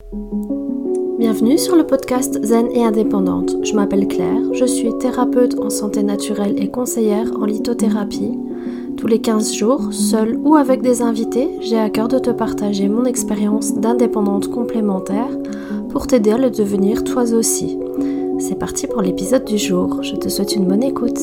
Bienvenue sur le podcast Zen et Indépendante. Je m'appelle Claire, je suis thérapeute en santé naturelle et conseillère en lithothérapie. Tous les 15 jours, seule ou avec des invités, j'ai à cœur de te partager mon expérience d'indépendante complémentaire pour t'aider à le devenir toi aussi. C'est parti pour l'épisode du jour, je te souhaite une bonne écoute.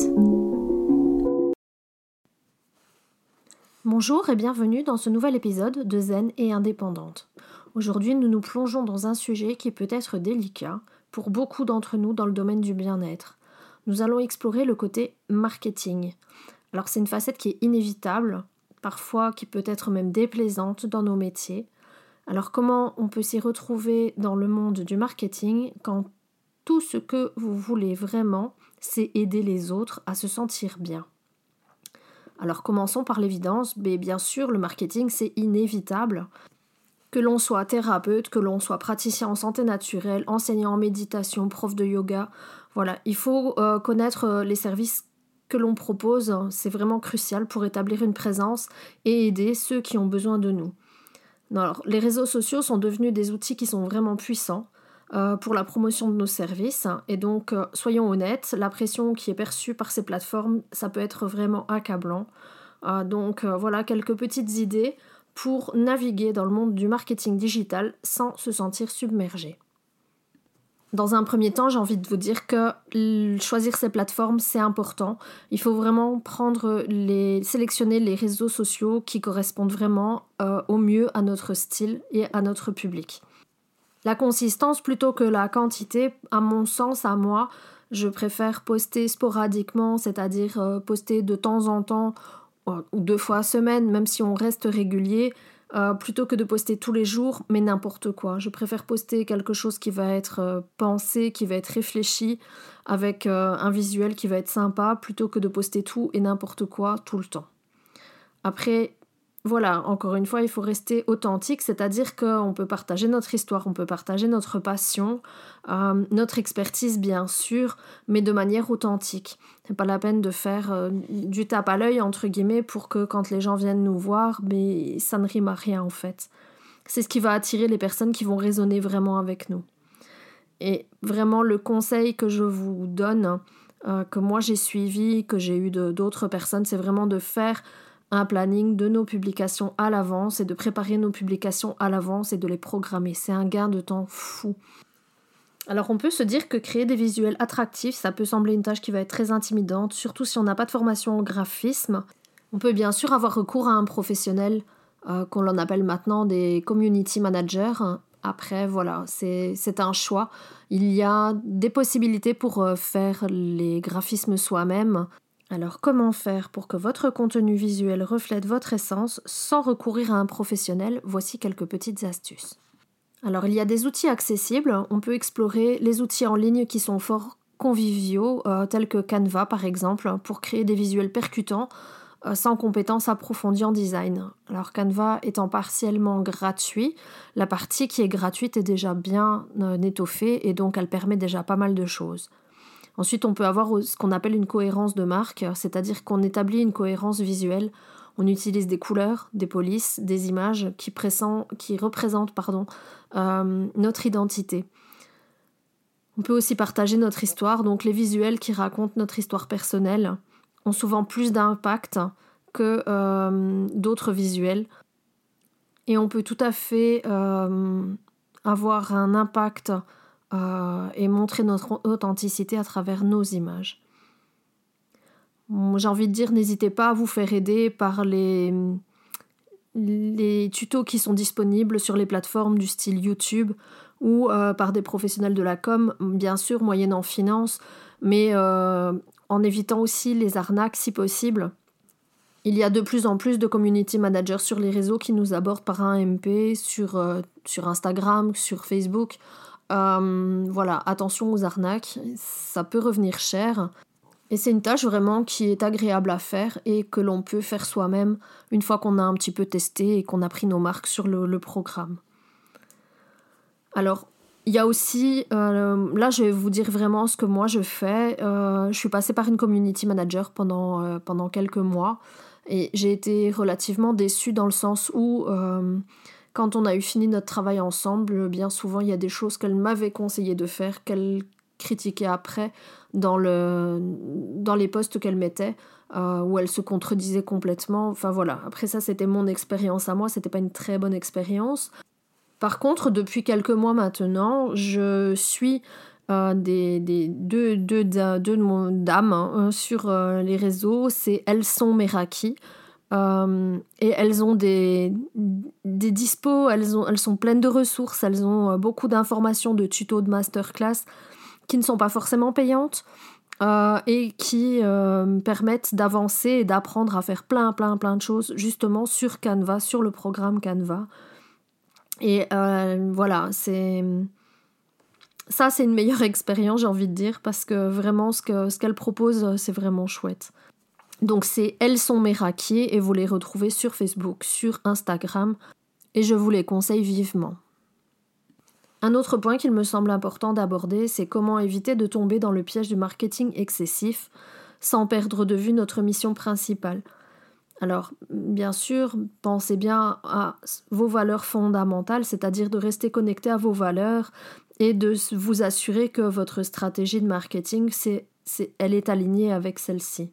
Bonjour et bienvenue dans ce nouvel épisode de Zen et Indépendante. Aujourd'hui, nous nous plongeons dans un sujet qui peut être délicat pour beaucoup d'entre nous dans le domaine du bien-être. Nous allons explorer le côté marketing. Alors c'est une facette qui est inévitable, parfois qui peut être même déplaisante dans nos métiers. Alors comment on peut s'y retrouver dans le monde du marketing quand tout ce que vous voulez vraiment, c'est aider les autres à se sentir bien ? Alors commençons par l'évidence, mais bien sûr le marketing c'est inévitable. Que l'on soit thérapeute, que l'on soit praticien en santé naturelle, enseignant en méditation, prof de yoga, voilà, il faut connaître les services que l'on propose, c'est vraiment crucial pour établir une présence et aider ceux qui ont besoin de nous. Alors, les réseaux sociaux sont devenus des outils qui sont vraiment puissants pour la promotion de nos services et donc, soyons honnêtes, la pression qui est perçue par ces plateformes, ça peut être vraiment accablant. Donc, voilà quelques petites idées pour naviguer dans le monde du marketing digital sans se sentir submergé. Dans un premier temps, j'ai envie de vous dire que choisir ces plateformes, c'est important. Il faut vraiment sélectionner les réseaux sociaux qui correspondent vraiment au mieux à notre style et à notre public. La consistance plutôt que la quantité, à mon sens, à moi, je préfère poster sporadiquement, c'est-à-dire poster de temps en temps ou 2 fois semaine, même si on reste régulier, plutôt que de poster tous les jours, mais n'importe quoi. Je préfère poster quelque chose qui va être pensé, qui va être réfléchi, avec un visuel qui va être sympa, plutôt que de poster tout et n'importe quoi tout le temps. Après, voilà, encore une fois, il faut rester authentique, c'est-à-dire qu'on peut partager notre histoire, on peut partager notre passion, notre expertise bien sûr, mais de manière authentique. C'est pas la peine de faire du tape à l'œil, entre guillemets, pour que quand les gens viennent nous voir, mais ça ne rime à rien en fait. C'est ce qui va attirer les personnes qui vont résonner vraiment avec nous. Et vraiment, le conseil que je vous donne, que moi j'ai suivi, que j'ai eu d'autres personnes, c'est vraiment de faire un planning de nos publications à l'avance et de préparer nos publications à l'avance et de les programmer. C'est un gain de temps fou. Alors on peut se dire que créer des visuels attractifs, ça peut sembler une tâche qui va être très intimidante, surtout si on n'a pas de formation en graphisme. On peut bien sûr avoir recours à un professionnel, qu'on l'on appelle maintenant des community managers. Après, voilà, c'est un choix. Il y a des possibilités pour faire les graphismes soi-même. Alors, comment faire pour que votre contenu visuel reflète votre essence sans recourir à un professionnel ? Voici quelques petites astuces. Alors, il y a des outils accessibles. On peut explorer les outils en ligne qui sont fort conviviaux, tels que Canva par exemple, pour créer des visuels percutants sans compétences approfondies en design. Alors, Canva étant partiellement gratuit, la partie qui est gratuite est déjà bien étoffée et donc elle permet déjà pas mal de choses. Ensuite, on peut avoir ce qu'on appelle une cohérence de marque, c'est-à-dire qu'on établit une cohérence visuelle. On utilise des couleurs, des polices, des images qui représentent notre identité. On peut aussi partager notre histoire, donc les visuels qui racontent notre histoire personnelle ont souvent plus d'impact que d'autres visuels. Et on peut tout à fait avoir un impact et montrer notre authenticité à travers nos images. J'ai envie de dire, n'hésitez pas à vous faire aider par les tutos qui sont disponibles sur les plateformes du style YouTube ou par des professionnels de la com, bien sûr, moyennant finance, mais en évitant aussi les arnaques si possible. Il y a de plus en plus de community managers sur les réseaux qui nous abordent par un MP sur Instagram, sur Facebook. Voilà, attention aux arnaques, ça peut revenir cher. Et c'est une tâche vraiment qui est agréable à faire et que l'on peut faire soi-même une fois qu'on a un petit peu testé et qu'on a pris nos marques sur le programme. Alors, il y a aussi, là je vais vous dire vraiment ce que moi je fais. Je suis passée par une community manager pendant quelques mois et j'ai été relativement déçue dans le sens où Quand on a eu fini notre travail ensemble, bien souvent il y a des choses qu'elle m'avait conseillé de faire, qu'elle critiquait après dans les posts qu'elle mettait, où elle se contredisait complètement. Enfin voilà, après ça c'était mon expérience à moi, c'était pas une très bonne expérience. Par contre, depuis quelques mois maintenant, je suis deux dames sur les réseaux, c'est Elles sont Meraki. Et elles ont des dispos, elles sont pleines de ressources, elles ont beaucoup d'informations, de tutos, de masterclass qui ne sont pas forcément payantes et qui permettent d'avancer et d'apprendre à faire plein de choses justement sur Canva, sur le programme Canva. Et voilà, c'est une meilleure expérience, j'ai envie de dire, parce que vraiment ce qu'elle propose, c'est vraiment chouette. Donc c'est Elles sont Meraki et vous les retrouvez sur Facebook, sur Instagram et je vous les conseille vivement. Un autre point qu'il me semble important d'aborder, c'est comment éviter de tomber dans le piège du marketing excessif sans perdre de vue notre mission principale. Alors, bien sûr, pensez bien à vos valeurs fondamentales, c'est-à-dire de rester connecté à vos valeurs et de vous assurer que votre stratégie de marketing, elle est alignée avec celle-ci.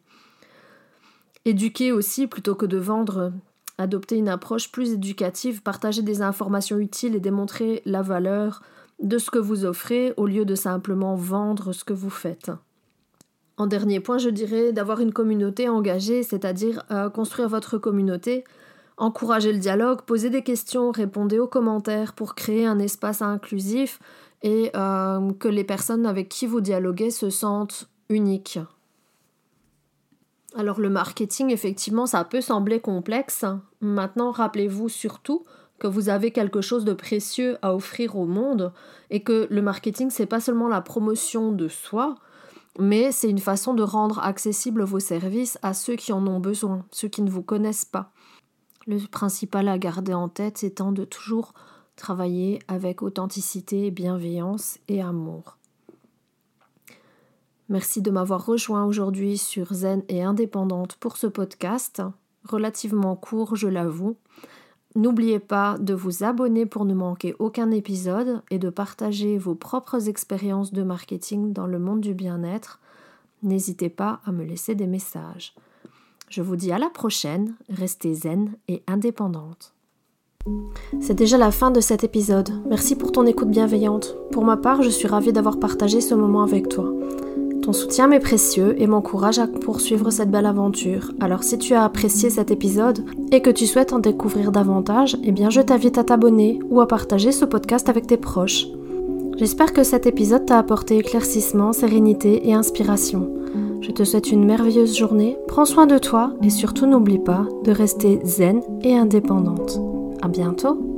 Éduquer aussi, plutôt que de vendre, adopter une approche plus éducative, partager des informations utiles et démontrer la valeur de ce que vous offrez au lieu de simplement vendre ce que vous faites. En dernier point, je dirais d'avoir une communauté engagée, c'est-à-dire construire votre communauté, encourager le dialogue, poser des questions, répondez aux commentaires pour créer un espace inclusif et que les personnes avec qui vous dialoguez se sentent uniques. Alors le marketing, effectivement, ça peut sembler complexe. Maintenant, rappelez-vous surtout que vous avez quelque chose de précieux à offrir au monde et que le marketing, c'est pas seulement la promotion de soi, mais c'est une façon de rendre accessibles vos services à ceux qui en ont besoin, ceux qui ne vous connaissent pas. Le principal à garder en tête étant de toujours travailler avec authenticité, bienveillance et amour. Merci de m'avoir rejoint aujourd'hui sur Zen et Indépendante pour ce podcast, relativement court, je l'avoue. N'oubliez pas de vous abonner pour ne manquer aucun épisode et de partager vos propres expériences de marketing dans le monde du bien-être. N'hésitez pas à me laisser des messages. Je vous dis à la prochaine, restez zen et indépendante. C'est déjà la fin de cet épisode. Merci pour ton écoute bienveillante. Pour ma part, je suis ravie d'avoir partagé ce moment avec toi. Ton soutien m'est précieux et m'encourage à poursuivre cette belle aventure. Alors si tu as apprécié cet épisode et que tu souhaites en découvrir davantage, eh bien je t'invite à t'abonner ou à partager ce podcast avec tes proches. J'espère que cet épisode t'a apporté éclaircissement, sérénité et inspiration. Je te souhaite une merveilleuse journée, prends soin de toi et surtout n'oublie pas de rester zen et indépendante. À bientôt!